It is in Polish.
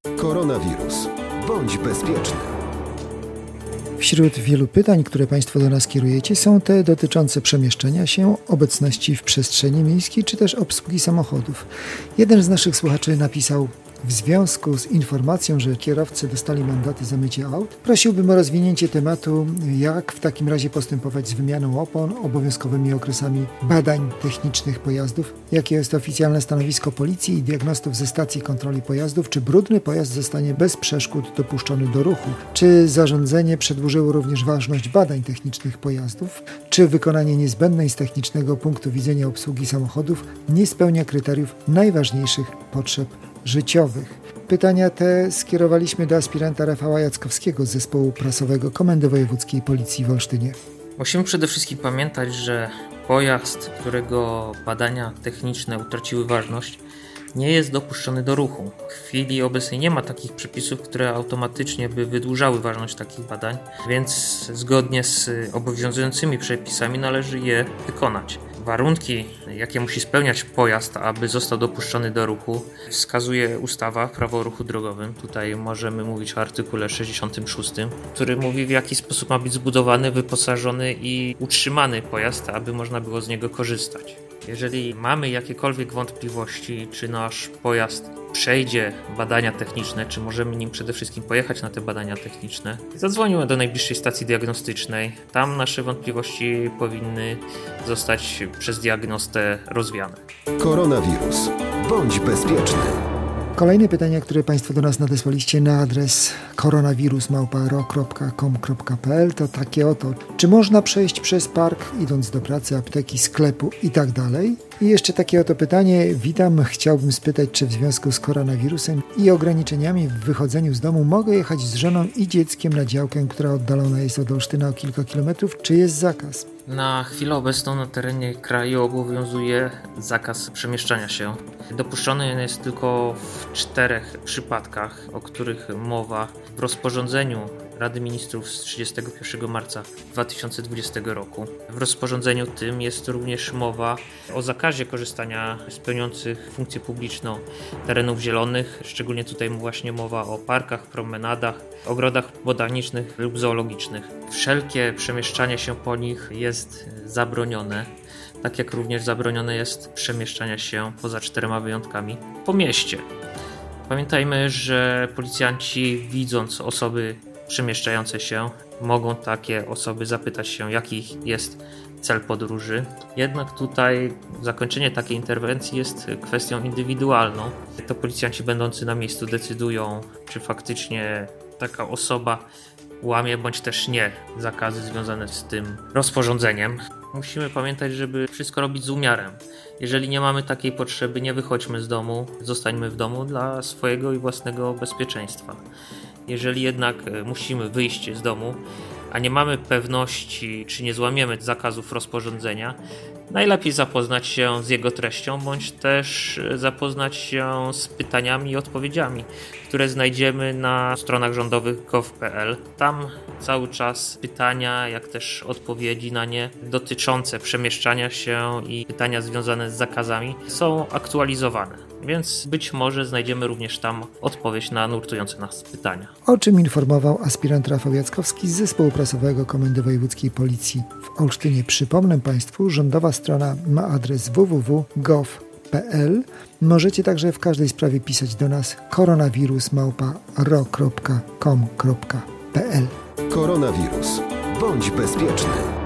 Koronawirus. Bądź bezpieczny. Wśród wielu pytań, które Państwo do nas kierujecie, są te dotyczące przemieszczania się, obecności w przestrzeni miejskiej, czy też obsługi samochodów. Jeden z naszych słuchaczy napisał: w związku z informacją, że kierowcy dostali mandaty za mycie aut, prosiłbym o rozwinięcie tematu, jak w takim razie postępować z wymianą opon, obowiązkowymi okresami badań technicznych pojazdów, jakie jest oficjalne stanowisko policji i diagnostów ze stacji kontroli pojazdów, czy brudny pojazd zostanie bez przeszkód dopuszczony do ruchu, czy zarządzenie przedłużyło również ważność badań technicznych pojazdów, czy wykonanie niezbędnej z technicznego punktu widzenia obsługi samochodów nie spełnia kryteriów najważniejszych potrzeb życiowych. Pytania te skierowaliśmy do aspiranta Rafała Jackowskiego z zespołu prasowego Komendy Wojewódzkiej Policji w Olsztynie. Musimy przede wszystkim pamiętać, że pojazd, którego badania techniczne utraciły ważność, nie jest dopuszczony do ruchu. W chwili obecnej nie ma takich przepisów, które automatycznie by wydłużały ważność takich badań, więc zgodnie z obowiązującymi przepisami należy je wykonać. Warunki, jakie musi spełniać pojazd, aby został dopuszczony do ruchu, wskazuje ustawa Prawo o ruchu drogowym. Tutaj możemy mówić o artykule 66, który mówi, w jaki sposób ma być zbudowany, wyposażony i utrzymany pojazd, aby można było z niego korzystać. Jeżeli mamy jakiekolwiek wątpliwości, czy nasz pojazd przejdzie badania techniczne, czy możemy nim przede wszystkim pojechać na te badania techniczne, zadzwonimy do najbliższej stacji diagnostycznej. Tam nasze wątpliwości powinny zostać przez diagnostę rozwiane. Koronawirus. Bądź bezpieczny. Kolejne pytania, które Państwo do nas nadesłaliście na adres koronawirus@ro.com.pl to takie oto: czy można przejść przez park, idąc do pracy, apteki, sklepu itd.? I jeszcze takie oto pytanie: witam, chciałbym spytać, czy w związku z koronawirusem i ograniczeniami w wychodzeniu z domu mogę jechać z żoną i dzieckiem na działkę, która oddalona jest od Olsztyna o kilka kilometrów, czy jest zakaz? Na chwilę obecną na terenie kraju obowiązuje zakaz przemieszczania się. Dopuszczony jest tylko w 4 przypadkach, o których mowa w rozporządzeniu Rady Ministrów z 31 marca 2020 roku. W rozporządzeniu tym jest również mowa o zakazie korzystania z pełniących funkcję publiczną terenów zielonych, szczególnie tutaj właśnie mowa o parkach, promenadach, ogrodach botanicznych lub zoologicznych. Wszelkie przemieszczanie się po nich jest zabronione, tak jak również zabronione jest przemieszczanie się, poza 4 wyjątkami, po mieście. Pamiętajmy, że policjanci, widząc osoby przemieszczające się, mogą takie osoby zapytać się, jaki jest cel podróży. Jednak tutaj zakończenie takiej interwencji jest kwestią indywidualną. To policjanci będący na miejscu decydują, czy faktycznie taka osoba łamie bądź też nie zakazy związane z tym rozporządzeniem. Musimy pamiętać, żeby wszystko robić z umiarem. Jeżeli nie mamy takiej potrzeby, nie wychodźmy z domu, zostańmy w domu dla swojego i własnego bezpieczeństwa. Jeżeli jednak musimy wyjść z domu, a nie mamy pewności, czy nie złamiemy zakazów rozporządzenia, najlepiej zapoznać się z jego treścią, bądź też zapoznać się z pytaniami i odpowiedziami, które znajdziemy na stronach rządowych gov.pl. Tam cały czas pytania, jak też odpowiedzi na nie dotyczące przemieszczania się i pytania związane z zakazami są aktualizowane. Więc być może znajdziemy również tam odpowiedź na nurtujące nas pytania. O czym informował aspirant Rafał Jackowski z zespołu prasowego Komendy Wojewódzkiej Policji w Olsztynie. Przypomnę Państwu, rządowa strona ma adres www.gov.pl. Możecie także w każdej sprawie pisać do nas koronawirus@ro.com.pl. Koronawirus. Bądź bezpieczny.